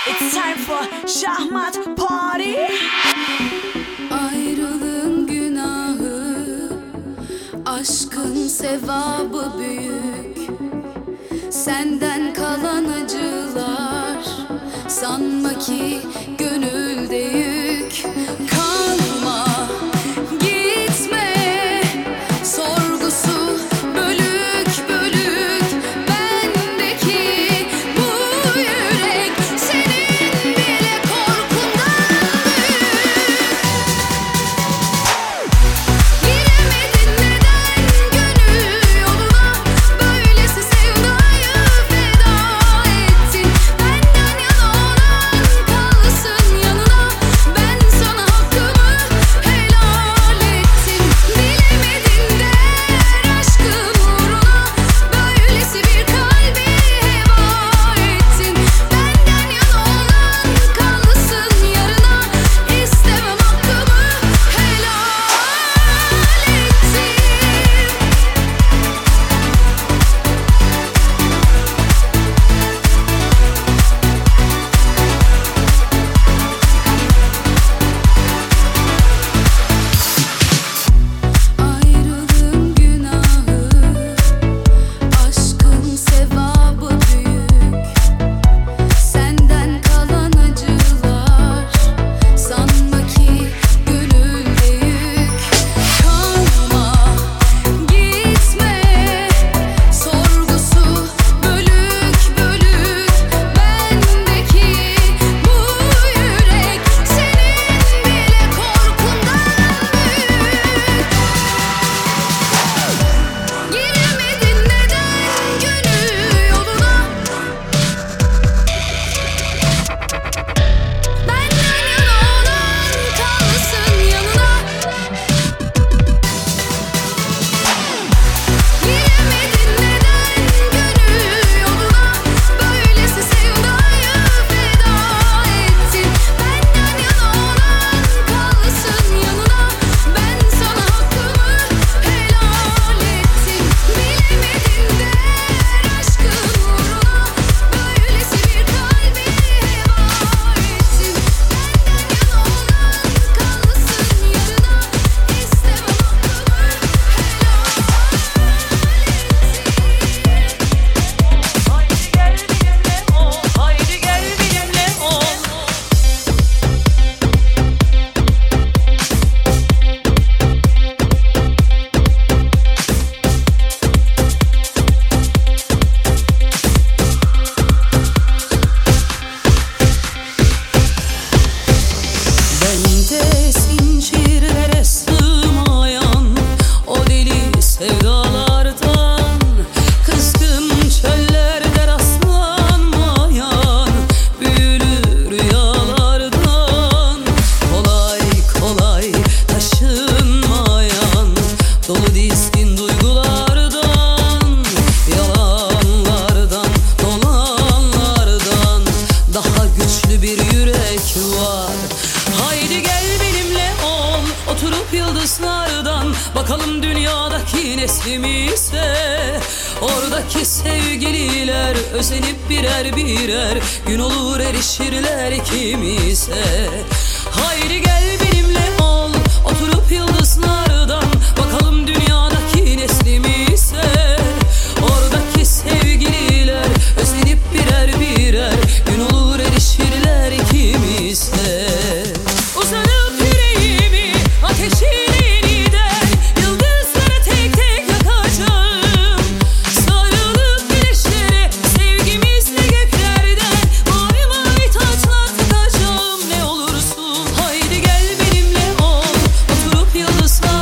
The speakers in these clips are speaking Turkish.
It's time for Şahmat Party. Ayrılığın günahı, aşkın sevabı büyük. Senden kalan acılar, sanma ki gönülde yük. Kalma, gitme, sorgusu bölük bölük. Bendeki bu yürek senin bile korkundan büyük. Giremedin neden gönül yoluna, böylesi sevdayı feda ettin. Benden yana olan kalsın yanına, ben sana hakkımı helal ettim. Bilemedin değer aşkın uğruna, böylesi bir kalbi heba ettin. Benden yana olan kalsın yarına, istemem hakkımı helal ettim. Ayrılığın günahı, aşkın sevabı büyük. Senden kalan acılar, sanma ki gönülde yük. Kalma, gitme, sorgusu bölük bölük. Bendeki bu yürek senin bile korkundan büyük. Giremedin neden gönül yoluna, benden yana olan kalsın yanına. Giremedin neden gönül yoluna, böylesi sevdayı feda ettin. Benden yana olan kalsın yanına, ben sana hakkımı helal ettim. Bilemedin değer aşkın uğruna, böylesi bir kalbi heba ettin. Benden yana olan kalsın yarına, istemem hakkımı helal Haydi gel benimle ol, haydi gel benimle ol. Bende zincirlere sığmayan o deli sevdalardan, kızgın çöllerde rastlanmayan büyülü rüyalardan, kolay kolay taşınmayan dolu dizgin duygulardan, yalanlardan dolanlardan daha güçlü bir yürek var. Haydi gel benimle ol, oturup yıldızlardan bakalım dünyadaki neslimize. Oradaki sevgililer özenip birer birer gün olur erişirler ikimize. Haydi gel benimle ol, oturup yıldızlardan bakalım dünyadaki neslimize. Oradaki sevgililer özenip birer birer gün olur erişirler ikimize. Uzanıp yüreğimi ateşin yeniden, yıldızları tek tek yakacağım. Sarılıp güneşlere sevgimizle göklerden mavi mavi taçlar takacağım. Ne olursun haydi gel benimle ol, oturup yıldızlar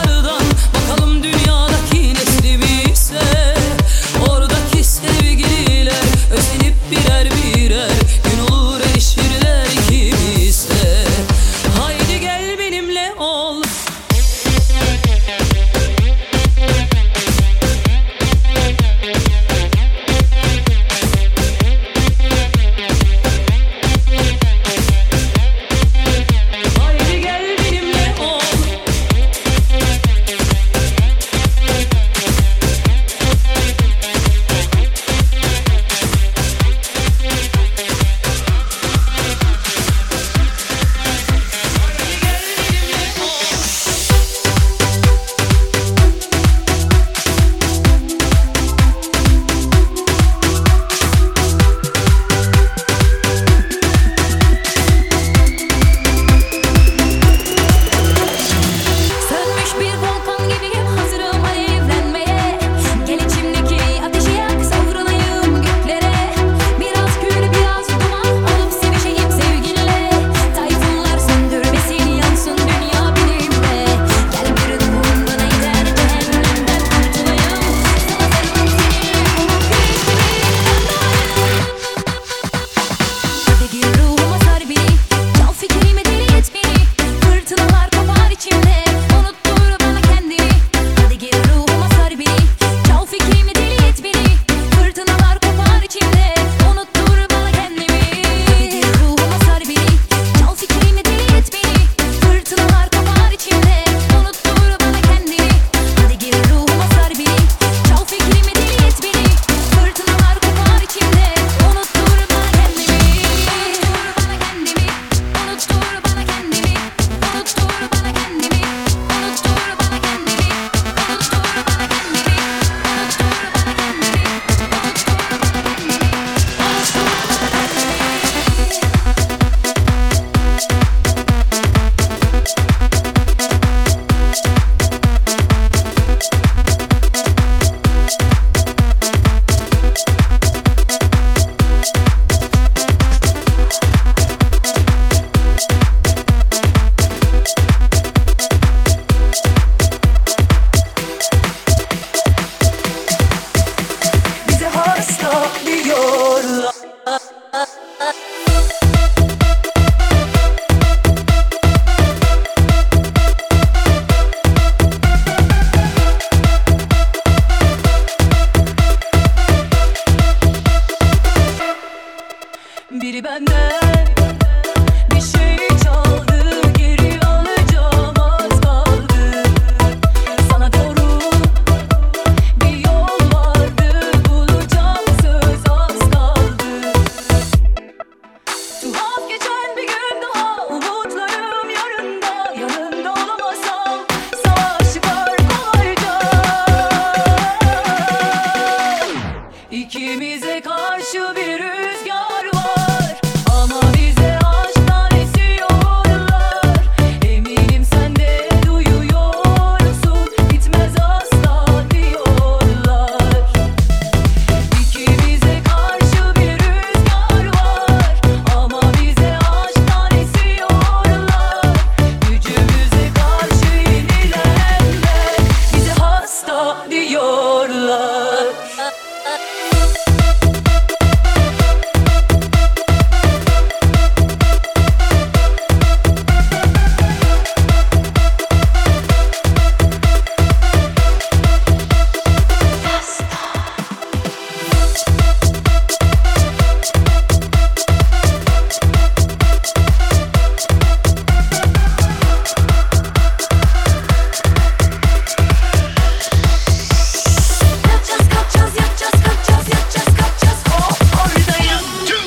Biri benden bir şey çaldı, geri alacağım az kaldı. Sana doğru bir yol vardı, bulacağım söz az kaldı. Tuhaf geçen bir gün daha, umutlarım yarında. Yanında olamazsam savaş çıkar kolayca. İkimize karşı bir rüzgar var, ama bize aşktan esiyorlar. Eminim sen de duyuyorsun, bitmez asla diyorlar. İkimize karşı bir rüzgar var, ama bize aşktan esiyorlar. Gücümüze karşı yenilenler bize hasta diyorlar. Yapacağız, hop oradayım.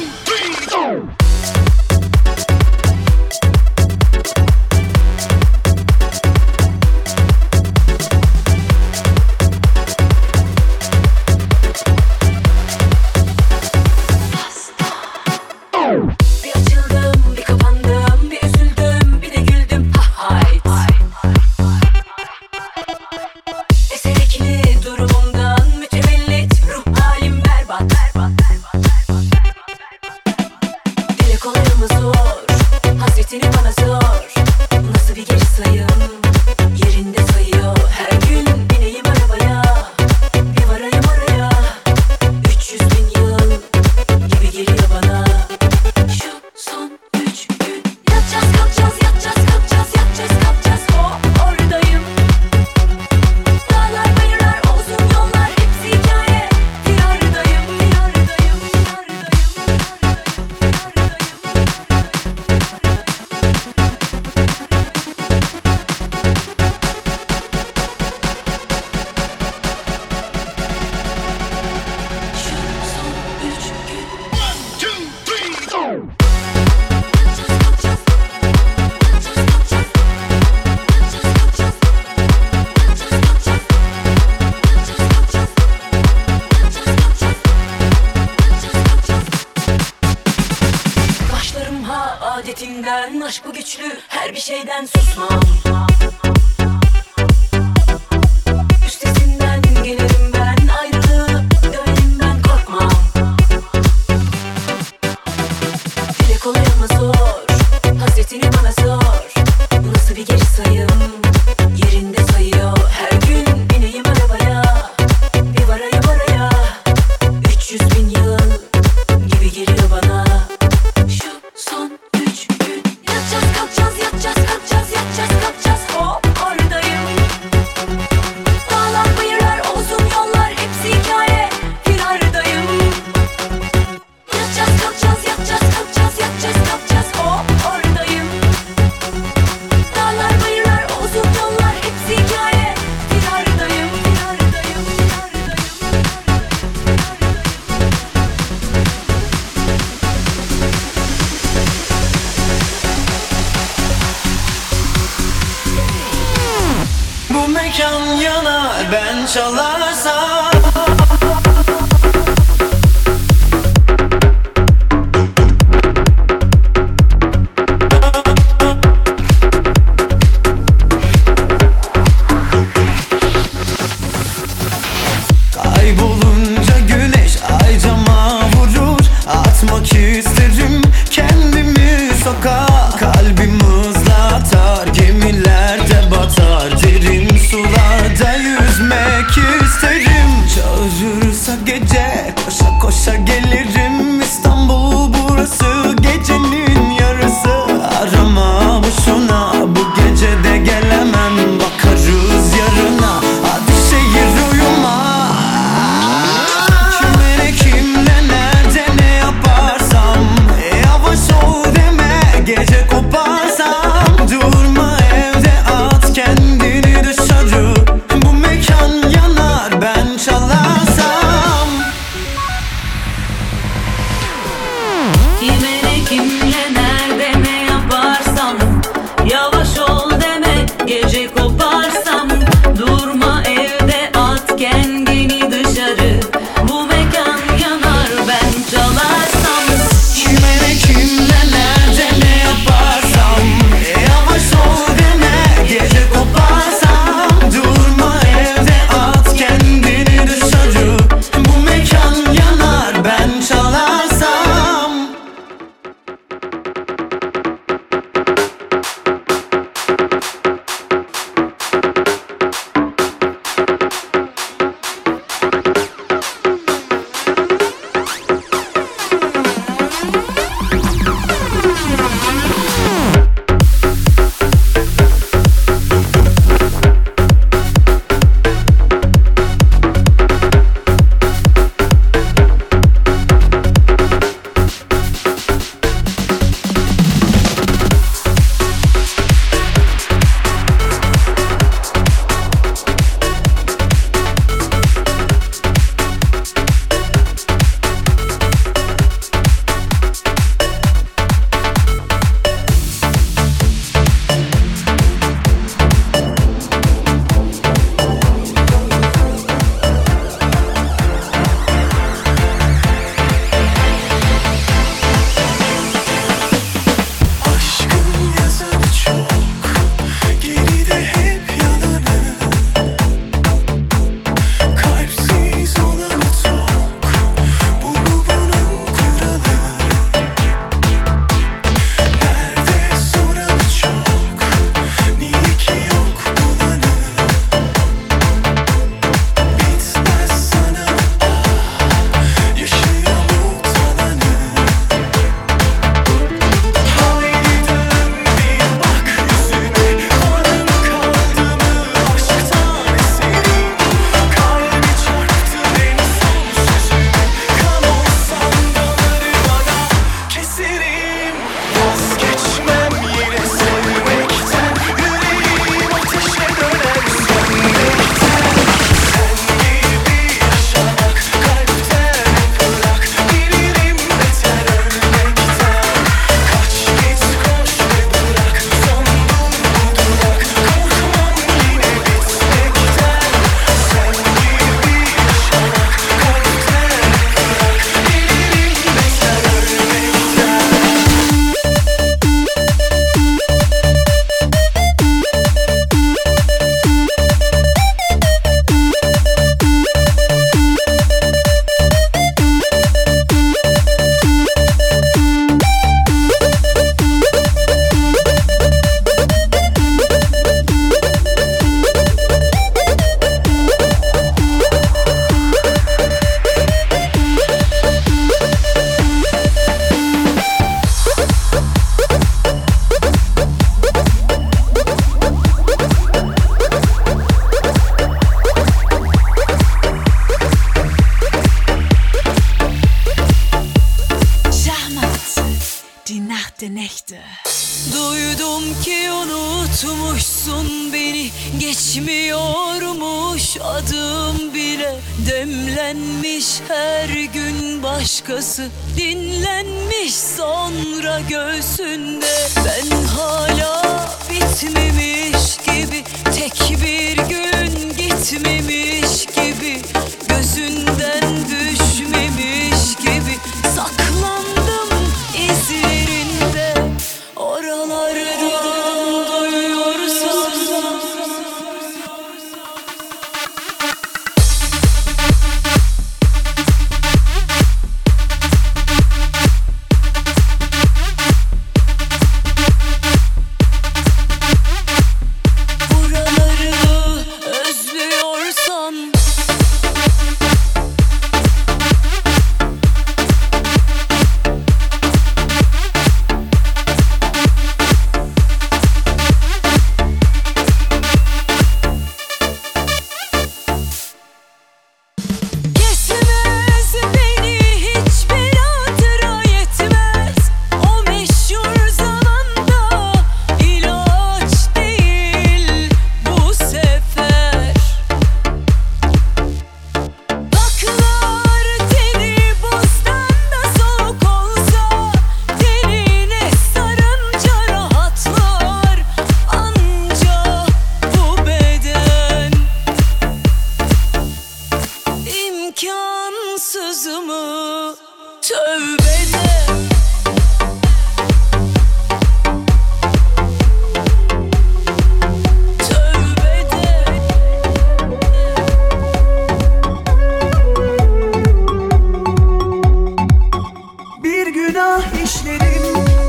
Bir açıldım, bir kapandım, bir üzüldüm, bir de güldüm. Ha hayt. Eserekli durumumdan mütevellit, ruh halim berbat. Dile kolay ama zor, hasretini bana sor. Nasıl bir geri sayım, yerinde sayıyor. Her gün bineyim arabaya, bir varayım oraya. 300 bin yıl gibi geliyor bana. Şu son 3 gün yatacağız, kalkacağız, yatacağız, kalkacağız, yatacağız, kalkacağız. Hop oradayım. Dağlar, bayırlar, uzun yollar, hepsi hikaye. Firardayım, firardayım, Şu son 3 gün yatacağız, kalkacağız, yatacağız, kalkacağız, yatacağız, kalkacağız. Başlarım ha adetinden, aşk bu güçlü, her bir şeyden susmam. Üstesinden gelirim ben, ayrılığı döverim ben, korkmam. Dile kolay ama zor, hasretini bana sor. Nasıl bir geri sayım, yerinde sayıyor. Her gün bineyim arabaya, bir varayım oraya. 300 bin yıl gibi geliyor bana. Şu son 3 gün yatacağız, kalkacağız, yatacağız, kalkacağız, yatacağız, kalkacağız. Hop oradayım. Dağlar, bayırlar, uzun yollar, hepsi hikaye. Firardayım. Yatacağız, kalkacağız, yatacağız, kalkacağız, yatacağız, kalkacağız. Hop oradayım. Dağlar, bayırlar, uzun yollar, hepsi hikaye. Firardayım, firardayım, firardayım. Bu mekan yanar ben çalarsam. Kaybolunca güneş ay cama vurur. Atmak isterim kendimi sokağa. Kalbim hızla atar, gemilerde batar. Derin sularda yüzmek isterim. die Nacht der Nächte. Duydum ki unutmuşsun beni, geçmiyormuş adım bile. Demlenmiş her gün başkası, dinlenmiş sonra göğsünde. Ben hala bitmemiş gibi, tek bir gün gitmemiş gibi, gözünden düşmemiş gibi saklandım izlerinde. Oralardan duyuyorsun. Buraları özlüyorsan. Kesmez beni hiçbir hatıra, yetmez o meşhur zamanda. İlaç değil bu sefer. Baklar teni bostanda soğuk olsa, tenine sarınca rahatlar anca bu beden. İmkansız mı tövbede? Bir günah işledim,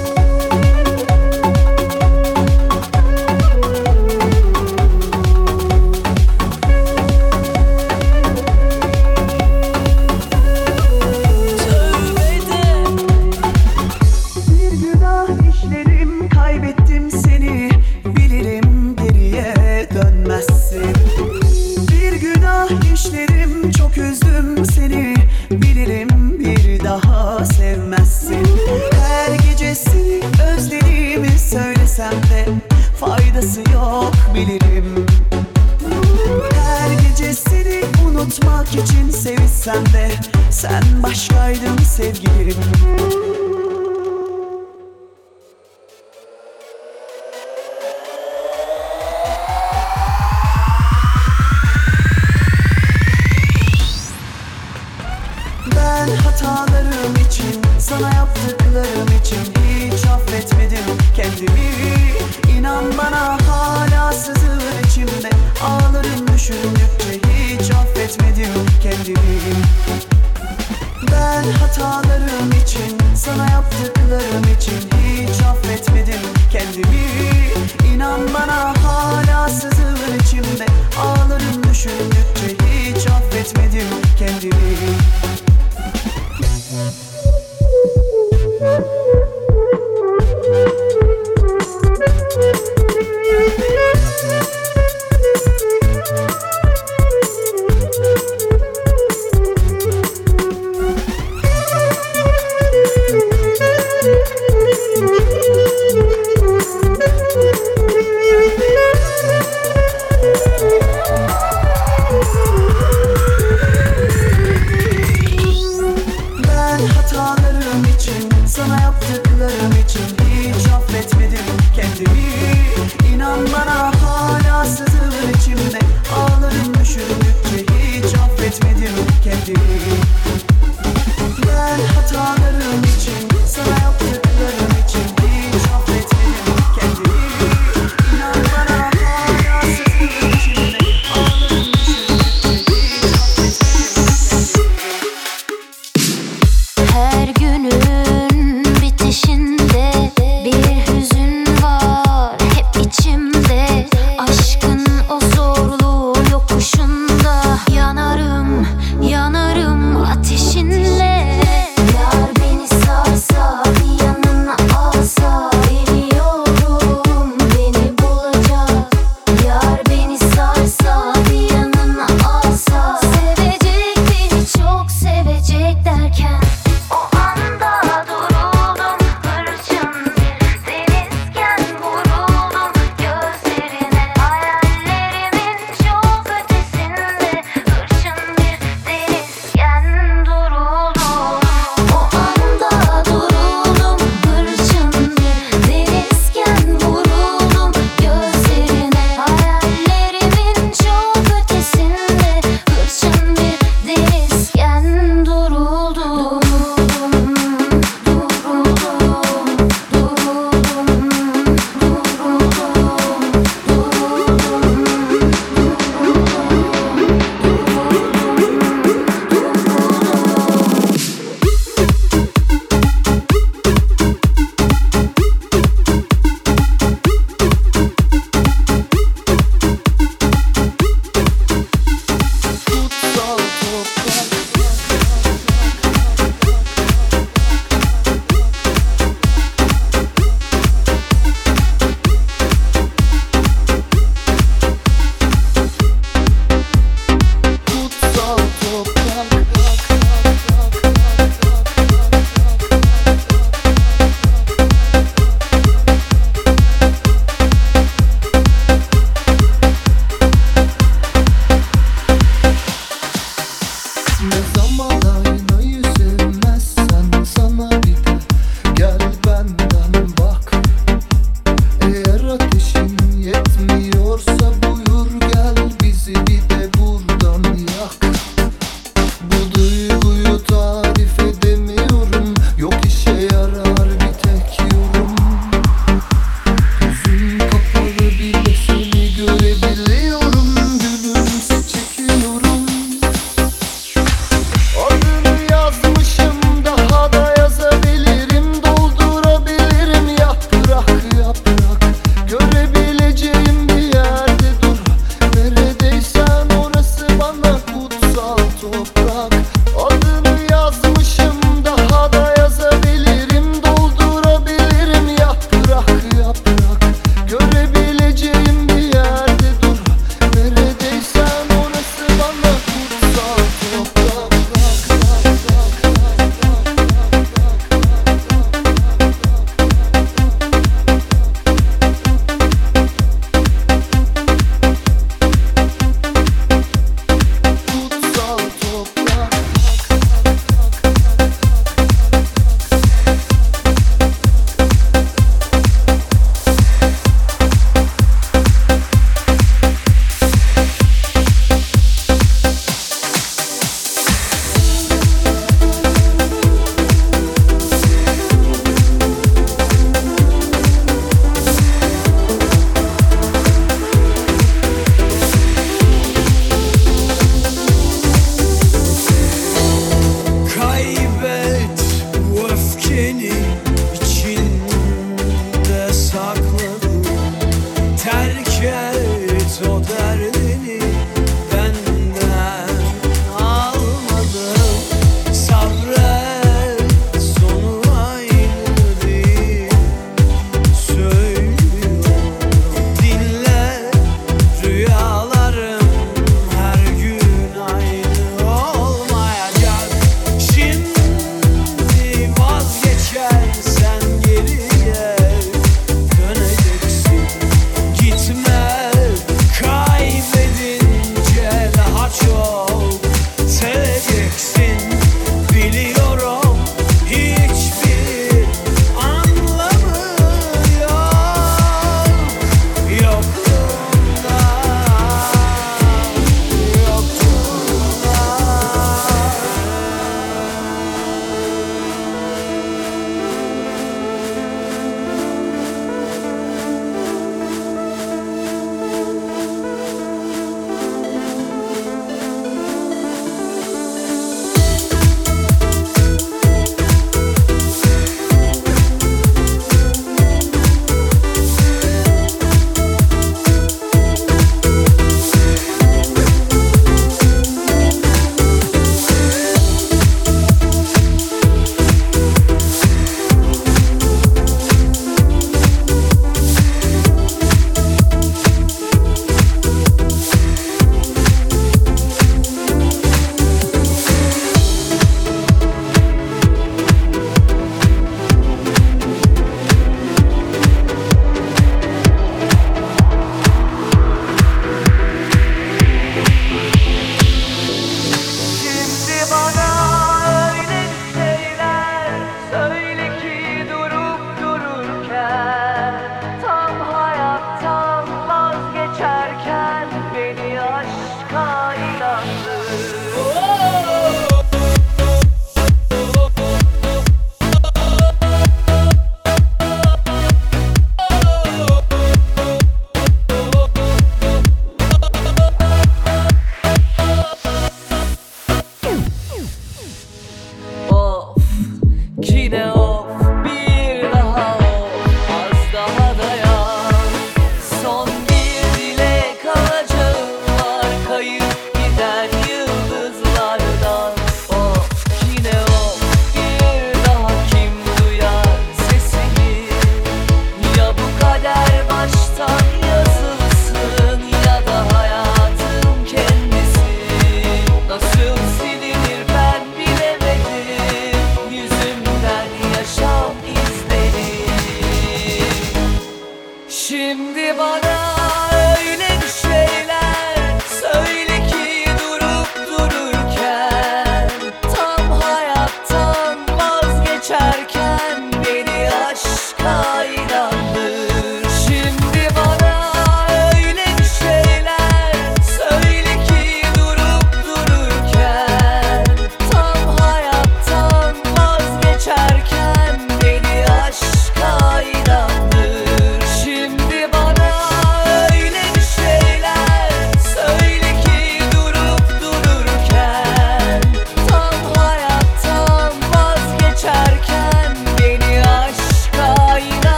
bir günah işledim, kaybettim seni, bilirim geriye dönmezsin. Bir günah işledim, çok üzdüm seni, bilirim bir daha sevmezsin. Her gece seni özlediğimi söylesem de faydası yok bilirim. Her gece seni unutmak için sevişsem de sen başkaydın sevgilim. Ben hatalarım için, sana yaptıklarım için hiç affetmedim kendimi. İnan bana hala sızır içimde, ağlarım düşündükçe hiç affetmedim kendimi. Ben hatalarım için, sana yaptıklarım için hiç affetmedim kendimi. İnan bana hala sızır içimde, ağlarım düşündükçe hiç affetmedim kendimi. Ben hatalarım için, sana yaptıklarım için hiç affetmedim kendimi. İnan bana hala sızılır içimde, ağlarım düşündükçe hiç affetmedim kendimi. Ben hatalarım için, sana yaptıklarım için hiç affetmedim kendimi. İnan bana hala sızılır içimde, ağlarım düşündükçe hiç affetmedim kendimi. Her günün bitişinde bir hüzün var hep içimde. Aşkın o zorlu yokuşunda yanarım, yanarım, seni içinde sakladım. Terk et o derdini, benden almadım. Sabret, sonu aynı değil. Söylüyorum, dinle, rüyalarım her gün aynı olmayacak. Şimdi vazgeçersin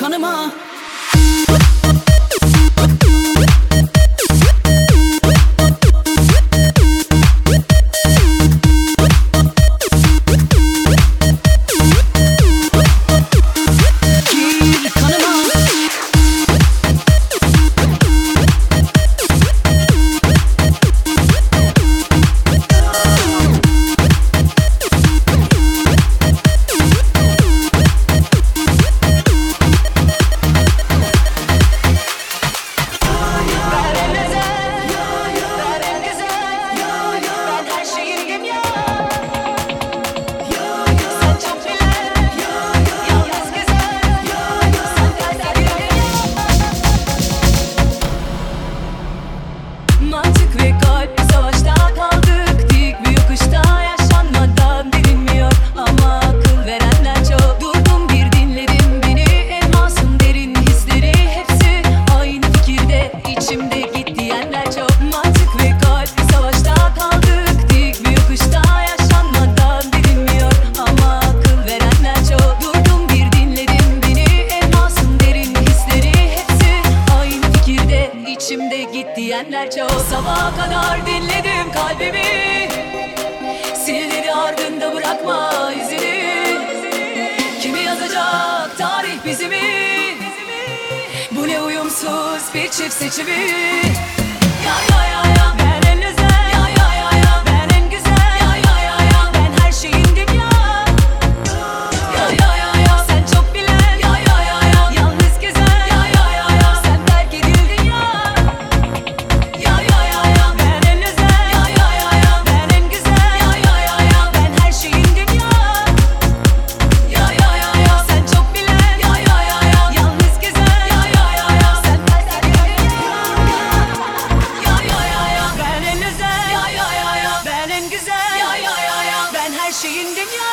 kanıma. Mantık ve kalp savaşta kaldık. Dik bir yokuşta yaşanmadan bilinmiyor. Ama akıl verenler çok. Durdum bir dinledim beni. En masum derin hisleri hepsi aynı fikirde. İçimde git diyenler çok. Mantık ve kalp savaşta kaldık. Dik bir yokuşta yaşanmadan bilinmiyor. Ama akıl verenler çok. Durdum bir dinledim beni. En masum derin hisleri hepsi aynı fikirde. İçimde git diyenler çok. Sabaha kadar dinledim kalbimi. Sil dedi ardında bırakma izini. Kimi yazacak tarih bizi mi? Bu ne uyumsuz bir çift seçimi. Ya ya ya ya ben en özel. Ya ya ya ya ben en güzel. Ya ya ya ya ben her şeyindim ya. Ya ya ya ya sen çok bilen. Ya ya ya ya yalnız gezen. Ya ya ya ya sen terk edildin ya. Ya ya ya ya ben en özel. Ya ya ya ya ben en güzel. Ya ya ya ya ben her şeyindim ya. Ya ya ya ya sen çok bilen. Ya ya ya ya yalnız gezen. Ya ya ya ya sen terk edildin ya. Ya ya ya ya ben en özel. Ya ya ya ya ben en güzel. Ya ya ya ya ben her şeyindim ya.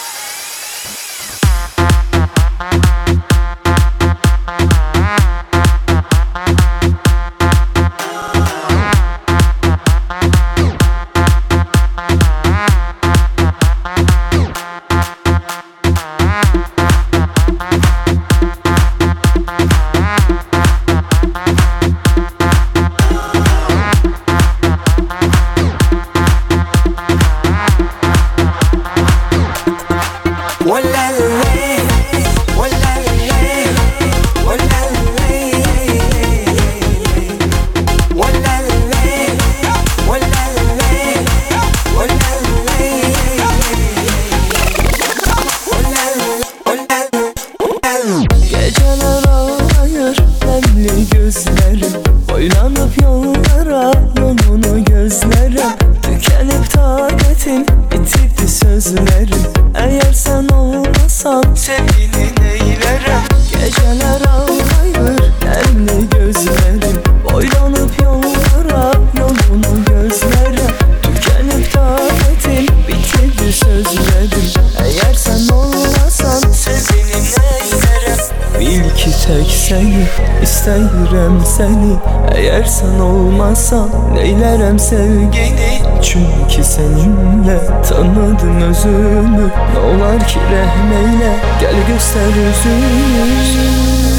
Geceler ağlayır nemli gözlerim. Oynanıp yollara yolunu gözlerim. Tükenip takatim bitirdi sözlerim. Eğer sen olmasan sevgili neylerim. Geceler ağlayır nemli gözlerim. Oynanıp yollara yolunu gözlerim. Tükenip takatim bitirdi sözlerim. Eğer sen olmasan sevgili neylerim. Bil ki tek seni isterim seni. Eğer sen olmasan neylerim sevgili. Çünkü seninle tanıdım özümü. Ne olar ki rehmeyle gel göster yüzünü.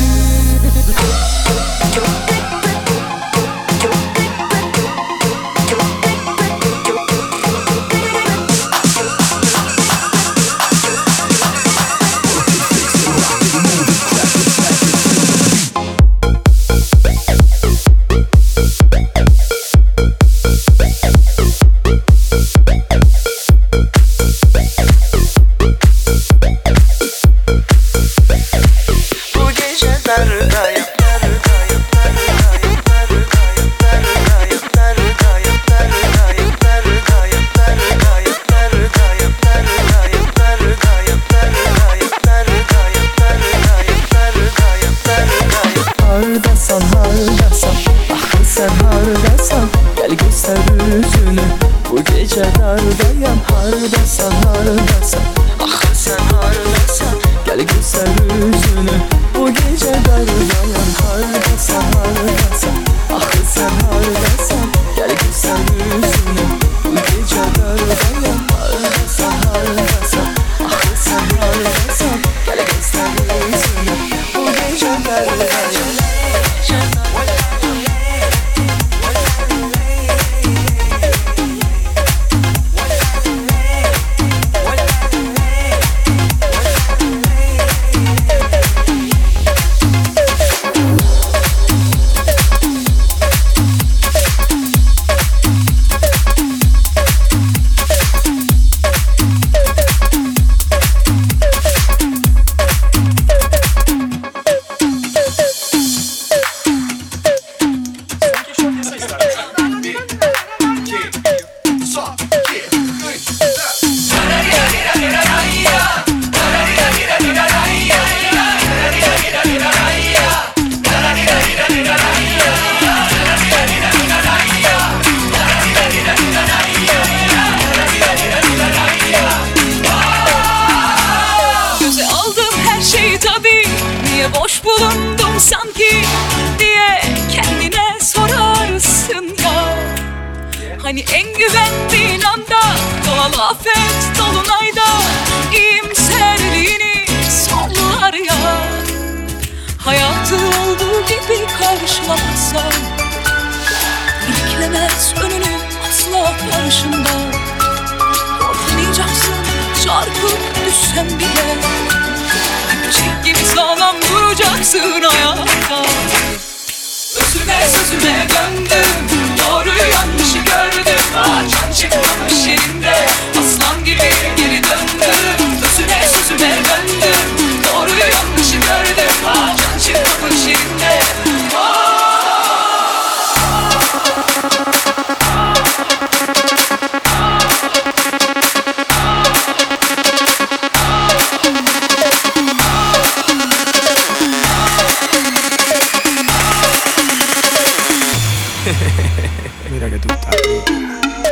Bu gece dardayım. Hardasan hardasan, ah sen hardasan, gel göster yüzünü. Bu gece dardayım. Hardasan hardasan, ah sen hardasan, gel göster yüzünü. Bu gece dardayım. Hardasan hardasan, ah sen hardasan, gel göster yüzünü. Bu gece dardayım. Hardasan hardasan, ah sen hardasan, gel göster yüzünü. Bu gece boş bulundum sanki diye kendine sorarsın ya. Hani en güvendiğin anda doğal afet dolunayda iyimserliğini sollar ya. Hayatı olduğu gibi karşılamazsan iliklemez önünü asla karşında. Korkmayacaksın çarpıp düşsen bile, çek gibi sağlam duracaksın ayakta. Sözüme döndüm, doğruyu yanlışı gördüm. Can çıkmamış yerinde, aslan gibi geri döndüm. Sözüme döndüm, doğruyu yanlışı gördüm. Can çıkmamış yerinde. Mira que tú estás rico.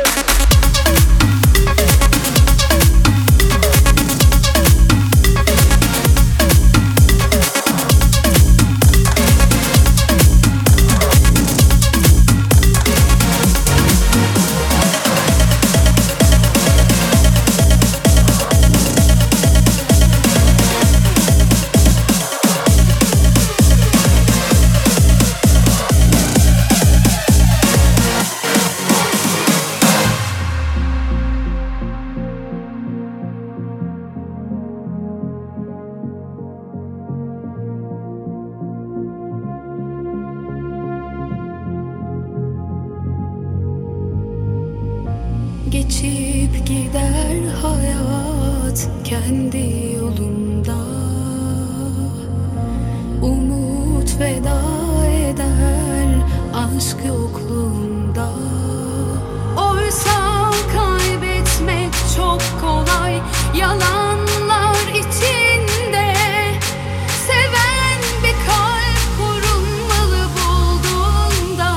Geçip gider hayat kendi yolunda, umut veda eder aşk yokluğunda. Oysa kaybetmek çok kolay yalanlar içinde. Seven bir kalp korunmalı bulduğunda.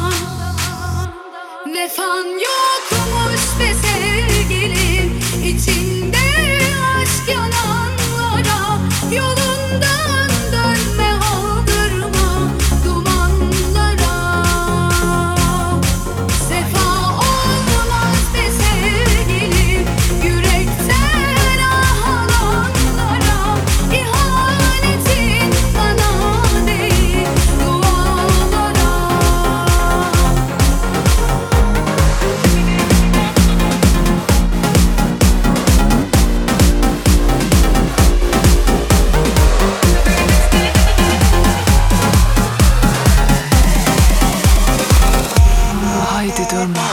Vefan yokmuş be sevgilim, içinde aşk yananlara. Yolundan dönme, aldırma dumanlara. Sefa olmaz be sevgilim, yürekten alanlara. İhanetin bana değil dualara. Haydi durma.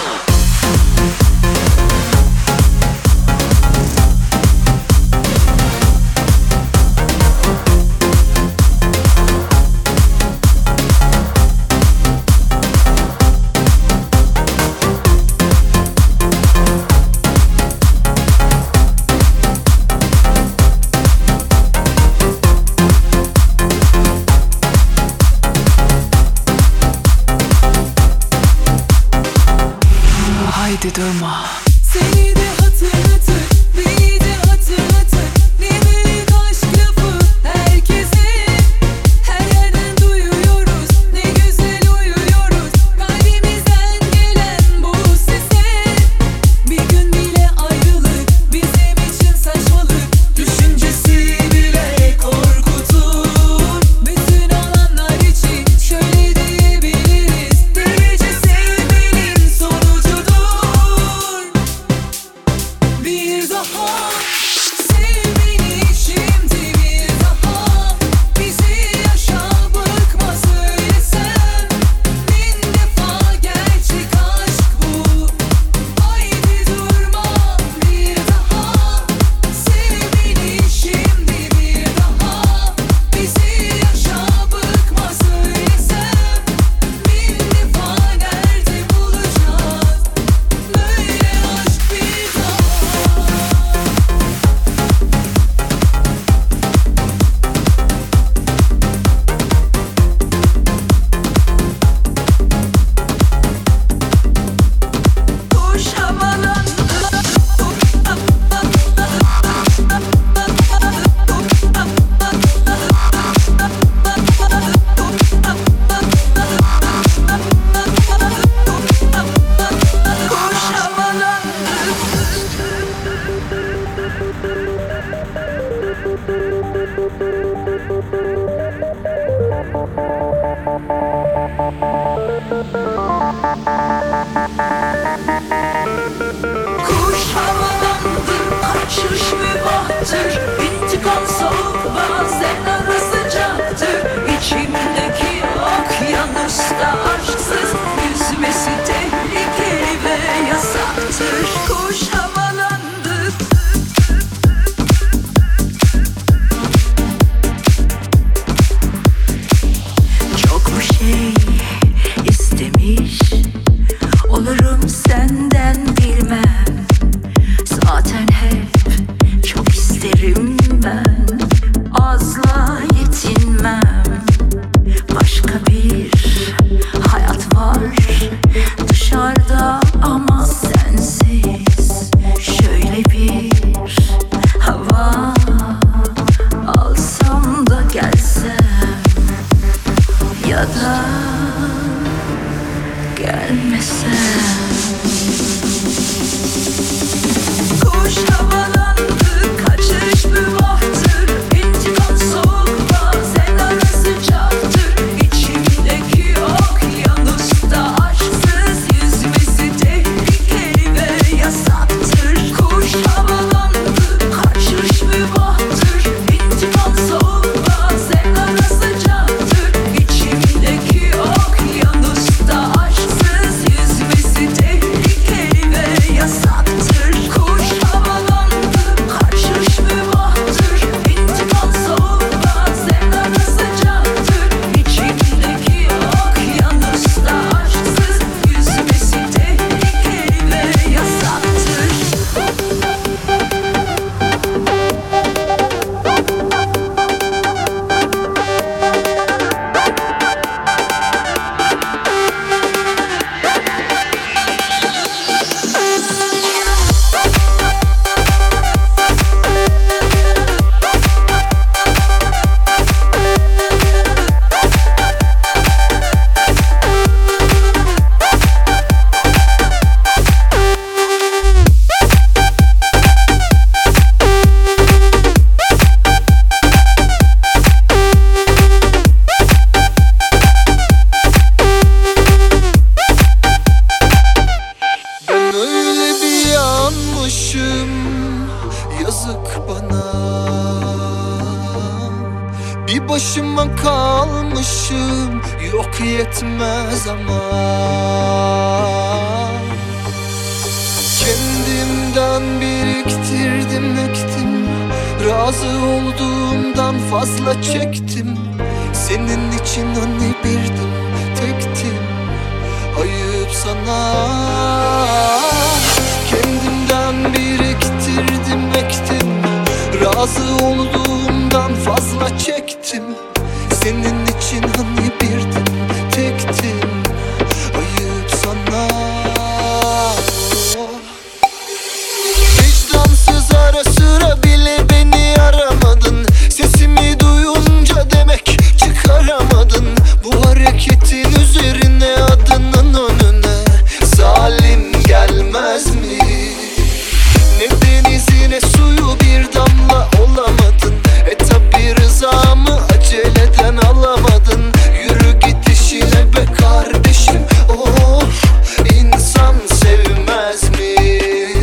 Haydi durma. Seni de hatırlatır, beni de hatırlatır. Ne büyük aşk lafı herkese. Her yerden duyuyoruz, ne güzel uyuyoruz. Kalbimizden gelen bu sese. Bir gün bile ayrılık bizim için saçmalık. Düşüncesi bile korkutur. Bütün olanlar için şöyle diyebiliriz: delice sevmenin sonucudur. Kuş havalandı, kaçış mübahtır. İntikam soğuk, bazen ara sıcaktır. İçimdeki okyanusta aşksız yüzmesi tehlikeli ve yasaktır. Kuş havalandı. Çok şey istemiş olurum senden bilmem. Zaten hep çok isterim ben. Azla yetinmem. Başka bir hayat var dışarıda ama sensiz. Şöyle bir hava alsam da gelsem, ya da gelmesem. Kuş havalandı, kaçış mübahtır. İntikam soğuk, bazen ara sıcaktır. İçimdeki okyanusta aşksız yüzmesi tehlikeli ve yasaktır. Kuş havalandı, kaçış mübahtır. İntikam soğuk, bazen ara sıcaktır. İçimdeki okyanusta aşksız yüzmesi tehlikeli ve yasaktır. Kuş havalandı, kaçış mübahtır. İntikam soğuk, bazen ara sıcaktır. İçimdeki okyanusta aşksız yüzmesi tehlikeli ve yasaktır. Ben öyle bir yanmışım, yazık bana. Bir başıma kalmışım, yok yetmez ama. Kendimden biriktirdim, ektim. Razı olduğumdan fazla çektim. Senin için hani birdim, tektim. Ayıp sana. Kendimden biriktirdim, ektim. Razı olduğumdan fazla çektim. Senin için hani birdim, tektim. Ayıp sana. Vicdansız ara sıra bile beni aramadın. Sesimi duyunca demek çıkaramadın. Bu hareketin üzerine adının önüne zalim gelmez mi? Ne denizi ne suyu bir damla olamadın. Tabi rızamı aceleden alamadın. Yürü git işine be kardeşim. Oh, insan sevmez mi?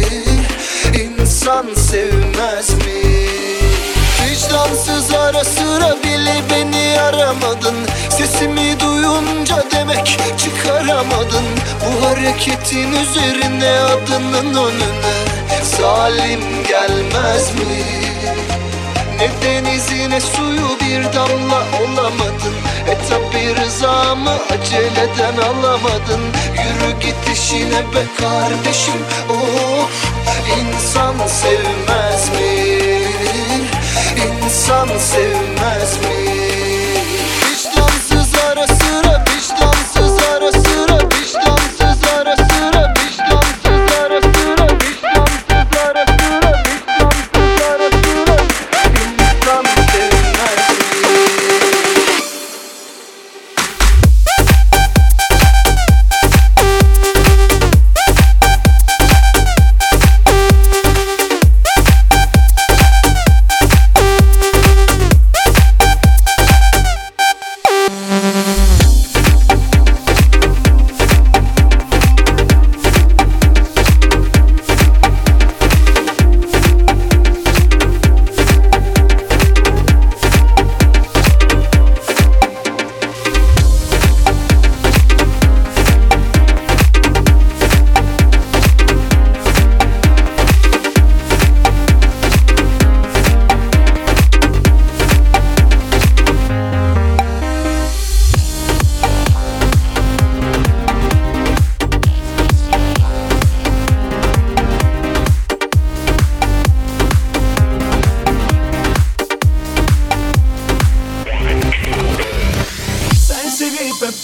İnsan sevmez mi? Vicdansız ara sıra bile beni aramadın. Sesimi duyunca demek çıkaramadın. Bu hareketin üzerine adının önüne zalim gelmez mi? Ne denizi ne suyu bir damla olamadın. Tabi rızamı aceleden alamadın. Yürü git işine be kardeşim. Oh, insan sevmez mi? İnsan sevmez mi? Vicdansız ara sıra, vicdansız ara sıra, vicdansız ara sıra, vicdansız ara sıra, vicdansız ara sıra, vicdansız ara sıra. İnsan sevmez mi?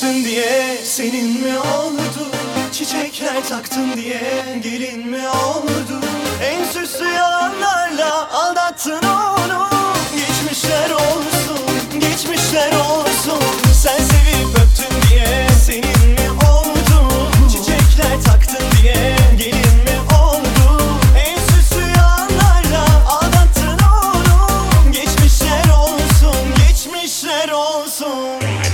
öptün diye senin mi oldu? Çiçekler taktın diye gelin mi oldu? En süslü yalanlarla aldattın onu. Geçmişler olsun, geçmişler olsun. Sen sevip öptün diye senin mi oldu? Çiçekler taktın diye gelin mi oldu? En süslü yalanlarla aldattın onu. Geçmişler olsun, geçmişler olsun.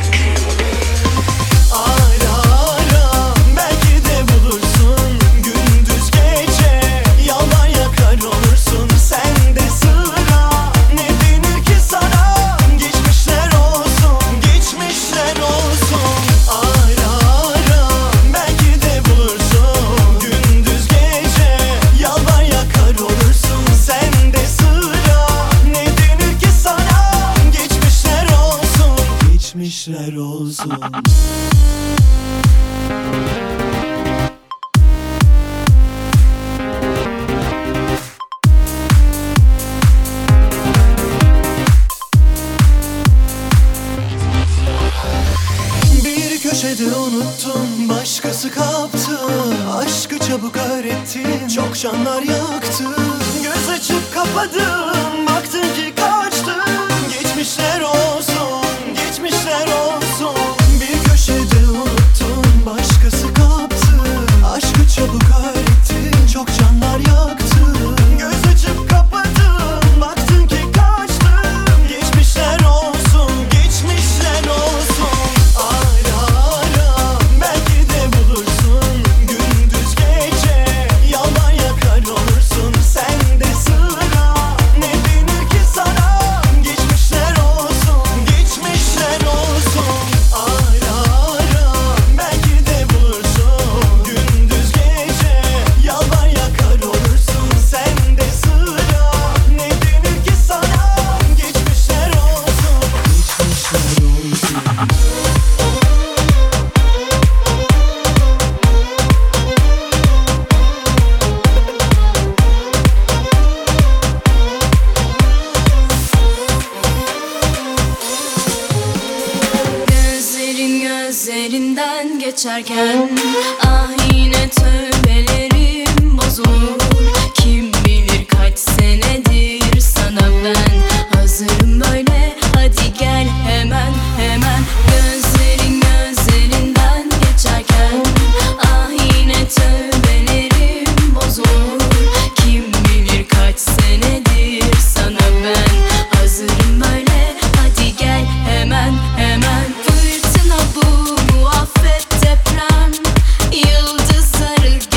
Ara ara belki de bulursun. Gündüz gece yalan yakar olursun. Sen de sıra ne denir ki sana? Geçmişler olsun, geçmişler olsun. Ara ara belki de bulursun. Gündüz gece yalan yakar olursun. Sen de sıra ne denir ki sana? Geçmişler olsun, geçmişler olsun. Bir köşede unuttun, başkası kaptı. Aşkı çabuk öğrettin, çok canlar yaktı. Göz açıp kapadın, baktın ki kaçtın. Geçmişler olsun, geçmişler olsun. Bir köşede unuttun, başkası kaptı. Aşkı çabuk öğrettin, çok canlar yaktı. Göz açıp kapadın, baktın ki kaçtın. Geçmişler olsun, geçmişler olsun. Ara ara belki de bulursun. Gündüz gece yalan yakar olursun. Sen de sıra ne denir ki sana? Geçmişler olsun, geçmişler olsun. Ara ara belki de bulursun. Gündüz gece yalan yakar olursun. Sen de sıra ne denir ki sana? Geçmişler olsun, geçmişler olsun. Gözlerin gözlerinden geçerken ah yine tövbelerim bozulur. Kim bilir kaç senedir sana ben hazırım böyle. Hadi gel hemen hemen. Gözlerin gözlerinden geçerken ah yine tövbelerim bozulur. Kim bilir kaç senedir sana ben hazırım böyle. Hadi gel hemen hemen. Fırtına bu, muhabbet deprem. Yıldızları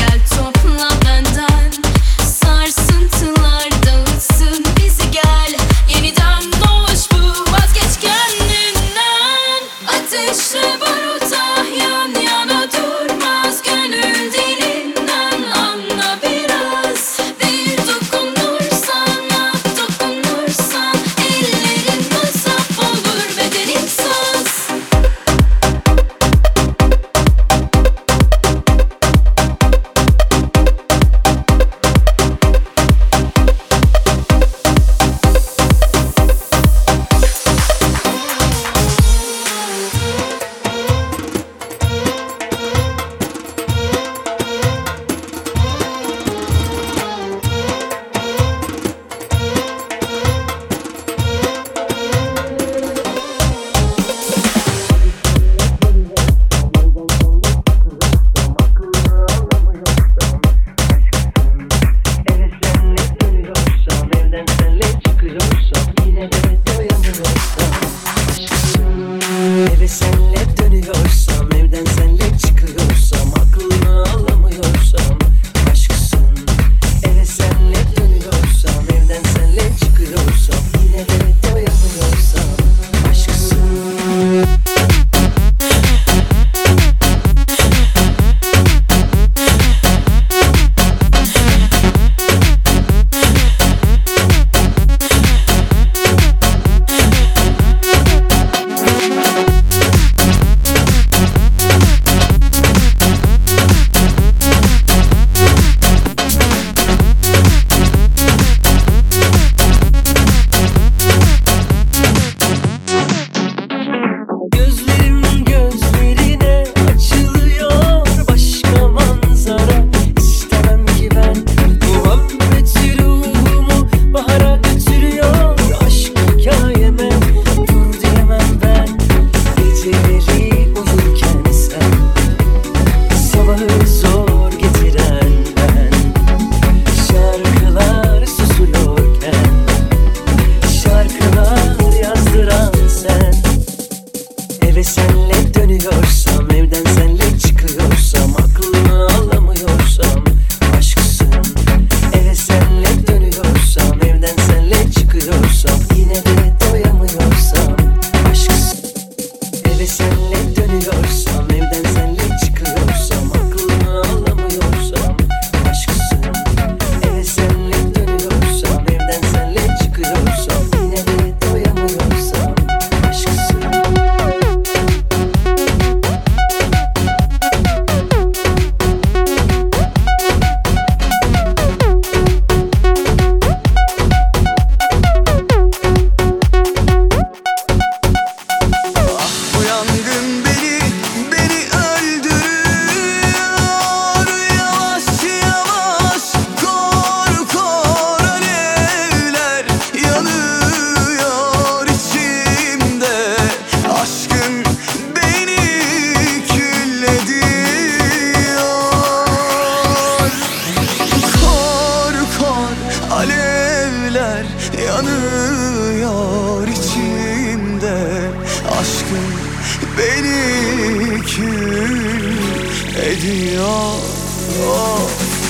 yanıyor içimde. Aşkın beni kül ediyor. Oh.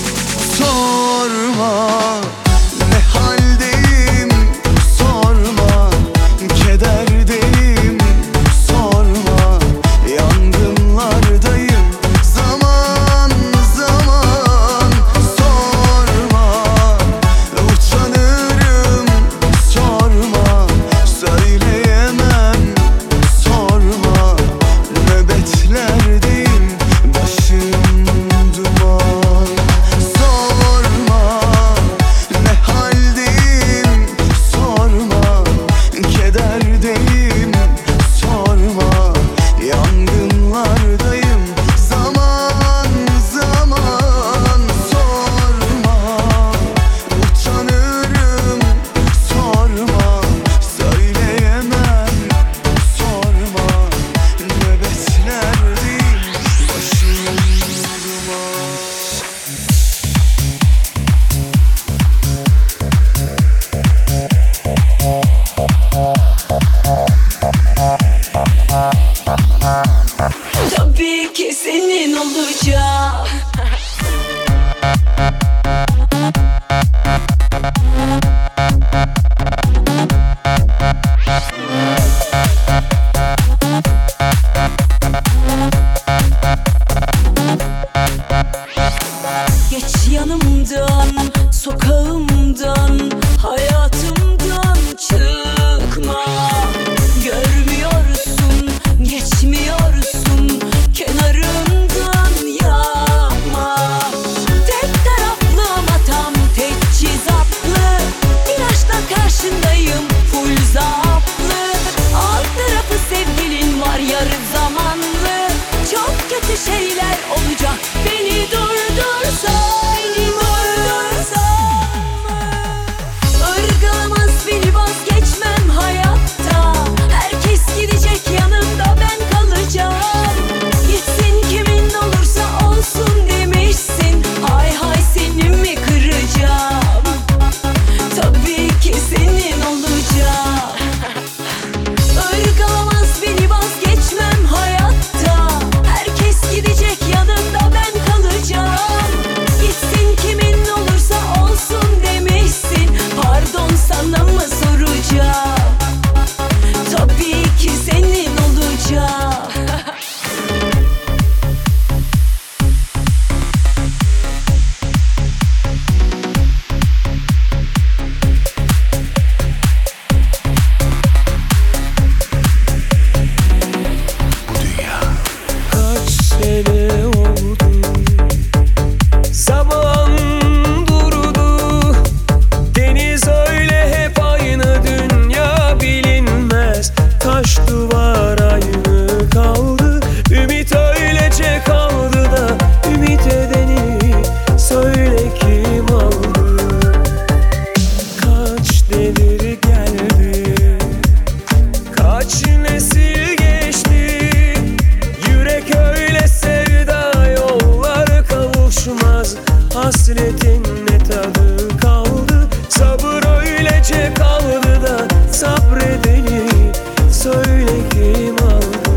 Sorma ne haldeyim, sorma kederdeyim, sorma yangınlardayım. Zaman zaman sorma, utanırım, sorma söyleyemem, sorma nöbetlerdeyim, başım duman. Sorma ne haldeyim, sorma kederdeyim, sorma yangınlardayım. Zaman zaman sorma, utanırım, sorma söyleyemem, sorma nöbetlerdeyim, başım duman. Tabii ki senin olacağım. Geç yanımdan, sokağımdan, hayatımdan çıkma. Görmüyorsun, geçmiyorsun, kenarından yapma. Tek taraflı ama tam teçhizatlı, bir aşkla karşındayım full zaaflı. Alt tarafı sevgilin var yarı zamanlı. Çok kötü şeyler olacak, beni durdursan. Irgalamaz beni, vazgeçmem hayatta. Herkes gidecek, yanımda ben kalacağım. Gitsin kimin olursa olsun demişsin. Hay hay seni mi kıracağım? Tabii ki senin olacağım. Irgalamaz beni, vazgeçmem hayatta. Herkes gidecek, yanımda ben kalacağım. Gitsin kimin olursa olsun demişsin. Pardon sana mı soracağım? Tabii ki senin olacağım. Kaç sene oldu, zaman durdu. Deniz öyle hep aynı, dünya bilinmez. Taş duvar aynı kaldı, ümit öylece kaldı da. Ümit edeni söyle kim aldı? Kaç devir geldi, kaç nesil geçti. Yürek öyle sevda, yollar kavuşmaz. Hasretin ne tadı kaldı, sabır öylece kaldı da. Sabredeni söyle kim aldı?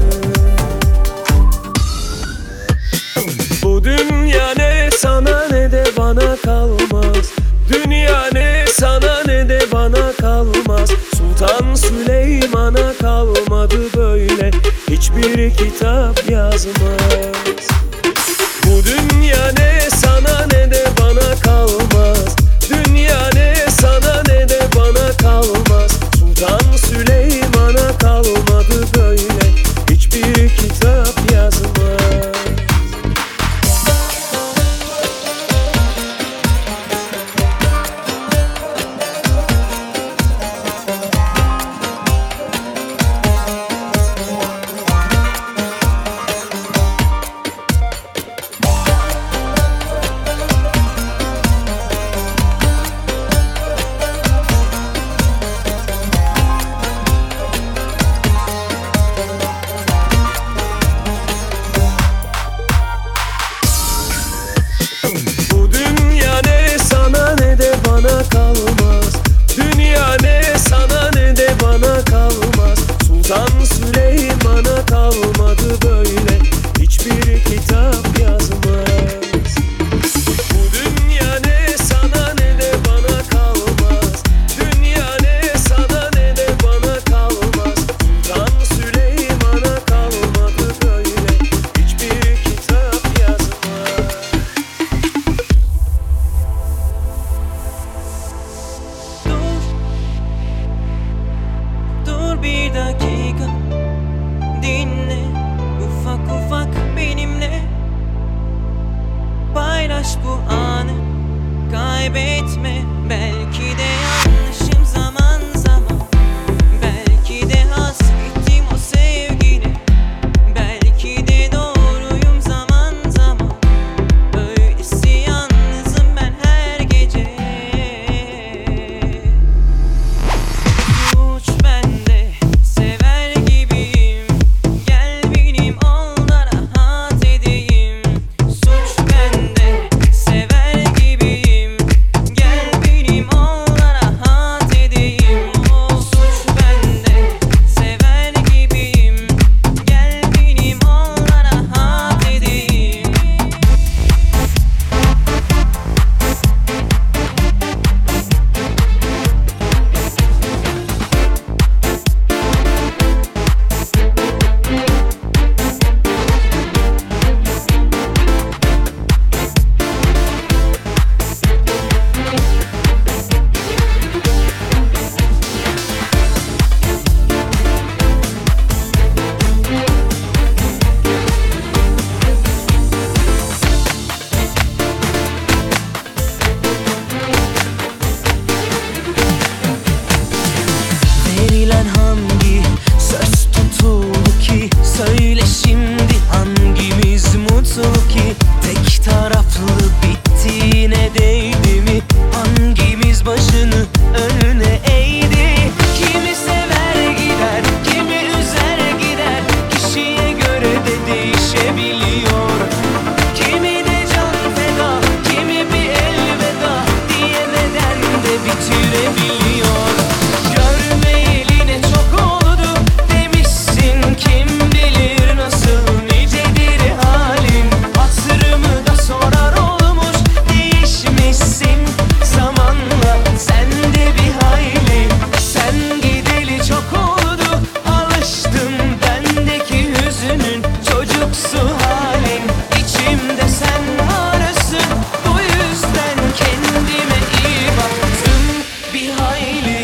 Bu dünya ne sana ne de bana kalmaz. Dünya ne sana ne de bana kalmaz. Sultan Süleyman'a kalmadı böyle, hiçbir kitap yazmaz. Bu dünya ne sana ne de bana kalmaz. Dünya ne sana ne de bana kalmaz. Sultan Süleyman'a kalmadı böyle, hiçbir kitap yazmaz. Sultan Süleyman'a kalmadı böyle hiçbir kitap yazmaz. Bu dünya ne sana ne de bana kalmaz. Dünya ne sana ne de bana kalmaz. Sultan Süleyman'a kalmadı böyle hiçbir kitap yazmaz. Dur bir dakika, dinle ufak ufak benimle. Paylaş bu anı, kaybetme. Belki de yanlışım zaman zaman, belki de hasretim o sevgine, belki de doğruyum zaman zaman. Öylesi yalnızım ben her gece. Suç bende, sever gibiyim. Gel benim ol da rahat edeyim. Suç bende, sever gibiyim. Gel benim ol da rahat edeyim. Suç bende, sever gibiyim. Gel benim ol da rahat edeyim. Verilen hangi söz tutuldu ki? Söyle şimdi hangimiz mutlu ki? Tek taraflı bittiğine değdi mi? Hangimiz başını önüne eğdi? Kimi sever gider, kimi üzer gider. Kişiye göre de değişebiliyor. Kimi de can feda, kimi bir elveda diyemeden de bitirebiliyor. Görmeyeli ne çok oldu demişsin, kim bilir nasıl nicedir halin. Hatırımı da sorar olmuş, değişmişsin zamanla sen de bir hayli. Sen gideli çok oldu, alıştım bendeki hüzünün çocuksu halin. İçimde sen varsın, bu yüzden kendime iyi baktım bir hayli.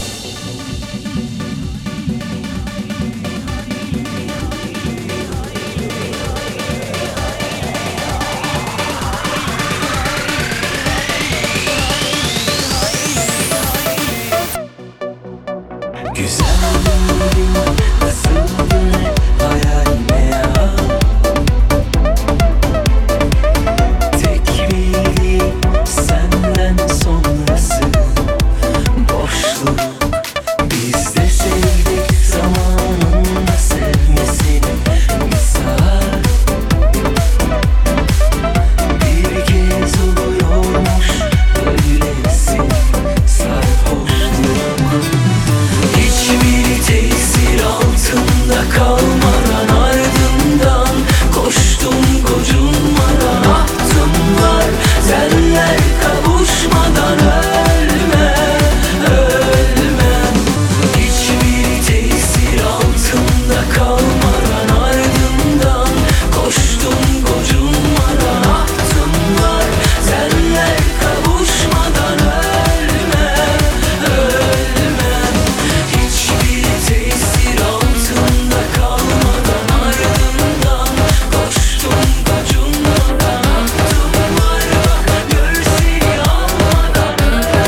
Güzelliğin nasıldı hayal meyal. Tek bildiğim senden sonrası boşluk. Biz de sevdik zamanında sevmesini misal. Bir kez oluyormuş böylesi sarhoşluk. Hiçbir tesir altında kalmadan ardından koştum gocunmadan. Ahtım var senler kavuşmadan ölme, ölmem. Hiçbir tesir altında kalmadan ardından koştum gocunmadan. Ahtım var senler kavuşmadan ölme, ölmem. Hiçbir tesir altında kalmadan ardından koştum gocunmadan. Ahtım var bak gör seni almadan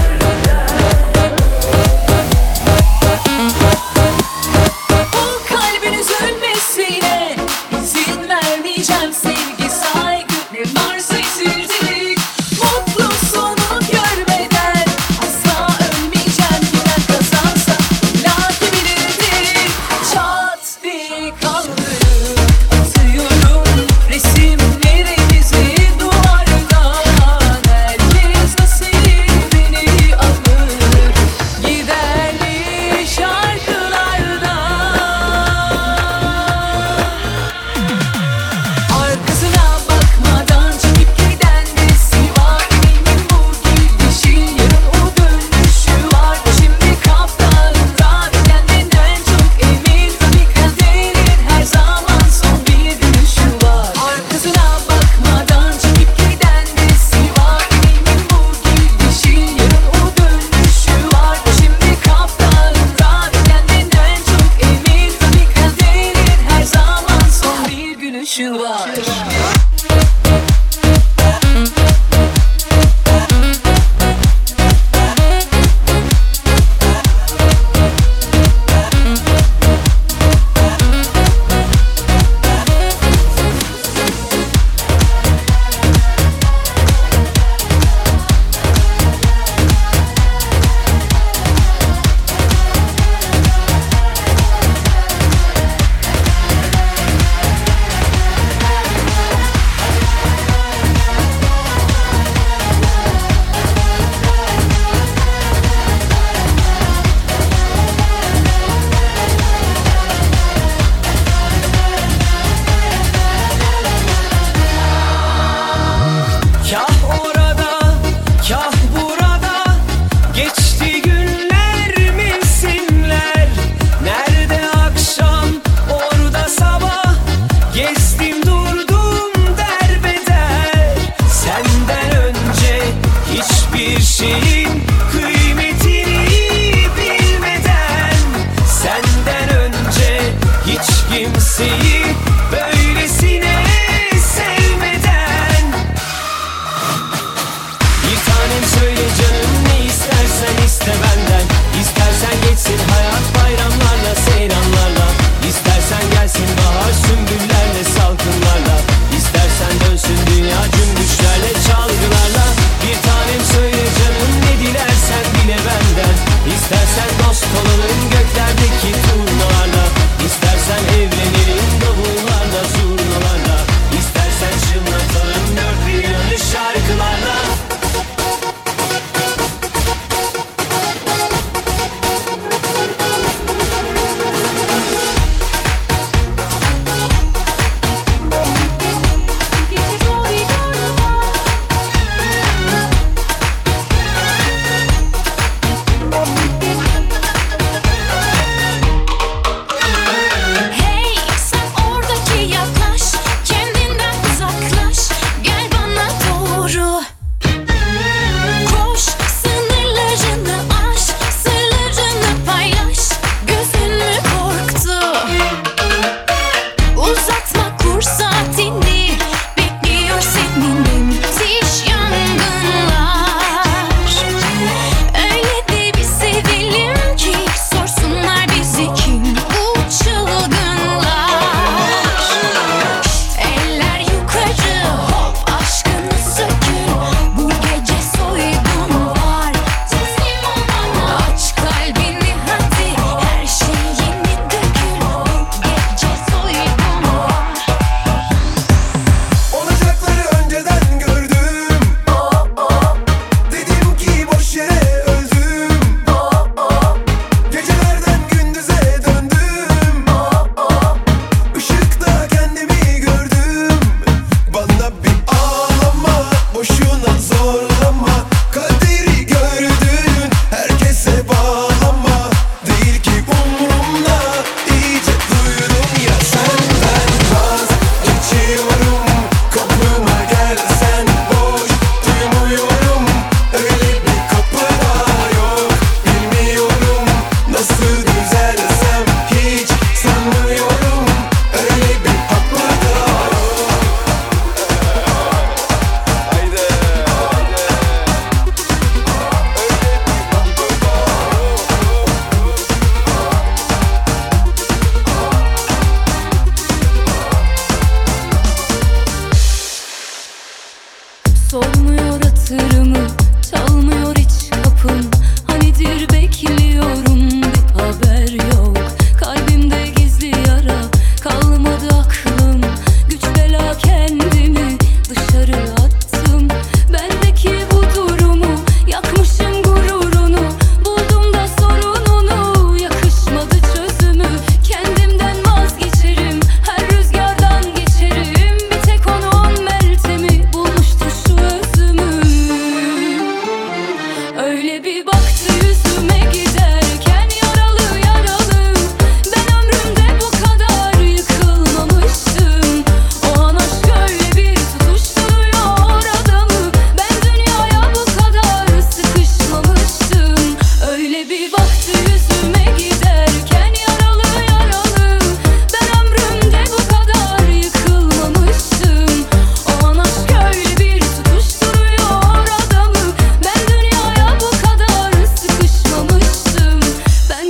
Bu kalbin üzülmesine izin vermeyeceğim. Sevgi, saygı ne varsa yitirdik. Mutlu sonu görmeden asla ölmeyeceğim. Giden kazansa illaki bilirdik. Çat diye kaldık, atıyorum resimlerimizi duvardan. Herkes nasibini alır giderli şarkılardan.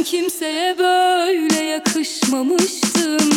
kimseye böyle yakışmamıştım.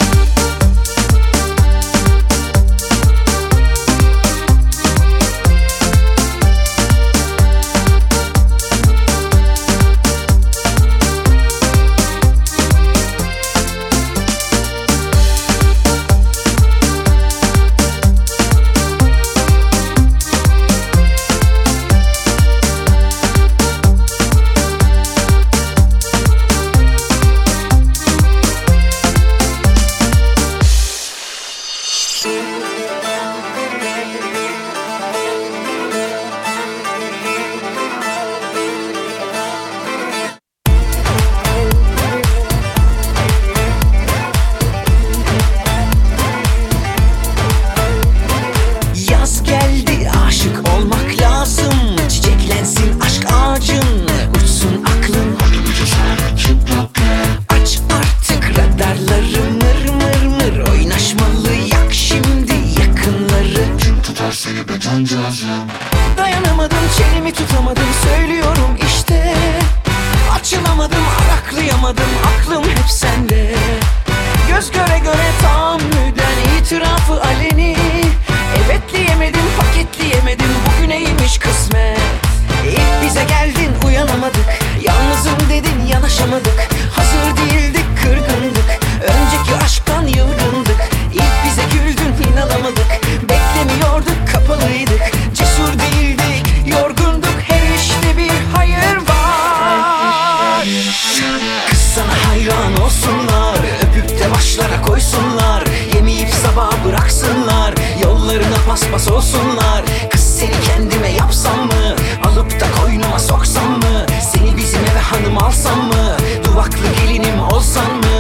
Yaz geldi, aşık olmak lazım. Çiçeklensin aşk ağacın, uçsun aklın. Aç artık radarları, mır mır mır oynaşmalı. Yak şimdi yakınları. Kim tutar seni be cancağızım? Dayanamadım, çenemi tutamadım, söylüyorum işte. Açılamadım, araklayamadım, aklım hep sende. Göz göre göre tahammüden itirafı aleni. Evetleyemedim, paketleyemedim, bugüneymiş kısmet. İlk bize geldin, uyanamadık. Yalnızım dedin, yanaşamadık. Hazır değildik, kırgındık. Önceki aşktan yılgındık. İlk bize güldün, inanamadık. Beklemiyorduk, kapalıydık. Cesur değildik, yorgunduk. Her işte bir hayır var. Kız sana hayran olsunlar, öpüp de başlara koysunlar. Yemeyip sabah bıraksınlar, yollarına paspas olsunlar. Kız seni kendime yapsam mı? Alıp da koynuma soksam mı? Seni bizim eve hanım alsam mı? Duvaklı gelinim olsan mı?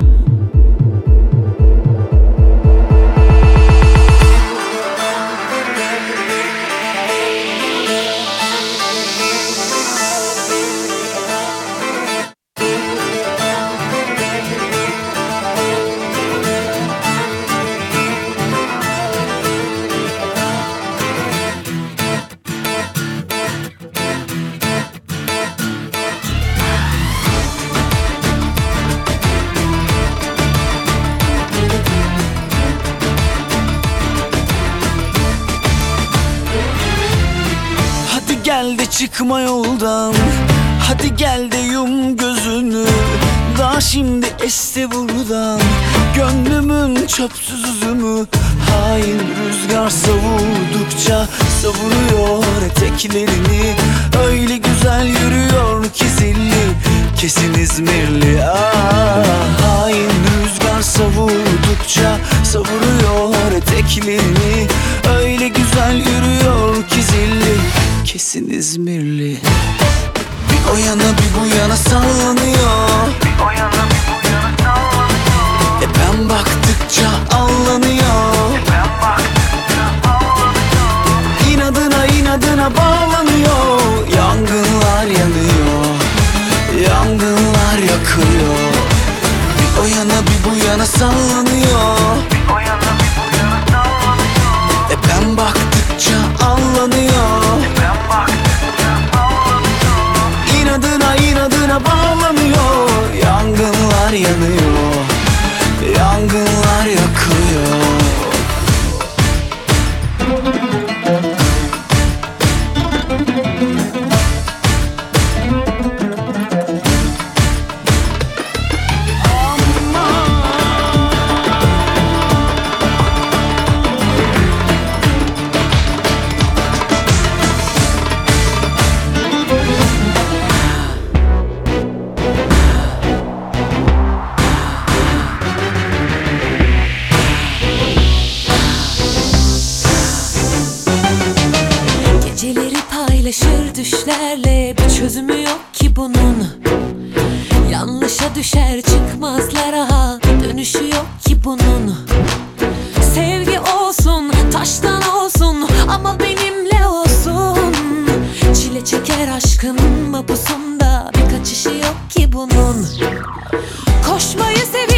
Hadi gel de çıkma yoldan, hadi gel de yum gözünü. Daha şimdi esti buradan gönlümün çöpsüz üzümü. Hain rüzgar savurdukça savuruyor eteklerini. Öyle güzel yürüyor ki zilli, kesin İzmirli. Hain rüzgar savurdukça savuruyor eteklerini. Öyle güzel yürüyor ki zilli, kesin İzmirli. Bir o yana bir bu yana sallanıyor. Ben baktıkça allanıyor. İnadına inadına bağlanıyor. Yangınlar yanıyor, yangınlar yakıyor. Bir o yana bir bu yana sallanıyor. Ben baktıkça allanıyor. İnadına inadına bağlanıyor. Yangınlar yanıyor, yangınlar yakıyor. Geceleri paylaşır düşlerle, bir çözümü yok ki bunun. Yanlışa düşer çıkmazlar, aha dönüşü yok ki bunun. Sevgi olsun, taştan olsun ama benimle olsun. Çile çeker aşkın mapusunda, bir kaçışı yok ki bunun. Koşmayı seviyorum.